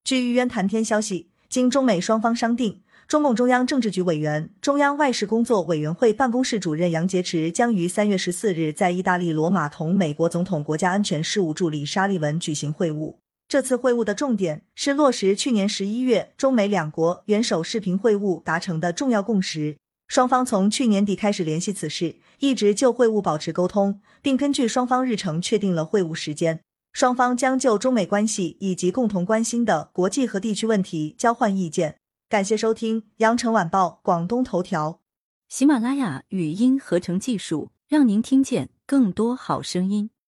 据玉渊谈天消息，经中美双方商定，中共中央政治局委员、中央外事工作委员会办公室主任杨洁篪将于3月14日在意大利罗马同美国总统国家安全事务助理沙利文举行会晤。这次会晤的重点是落实去年11月中美两国元首视频会晤达成的重要共识。双方从去年底开始联系此事，一直就会晤保持沟通，并根据双方日程确定了会晤时间。双方将就中美关系以及共同关心的国际和地区问题交换意见。感谢收听羊城晚报广东头条。 喜马拉雅语音合成技术，让您听见更多好声音。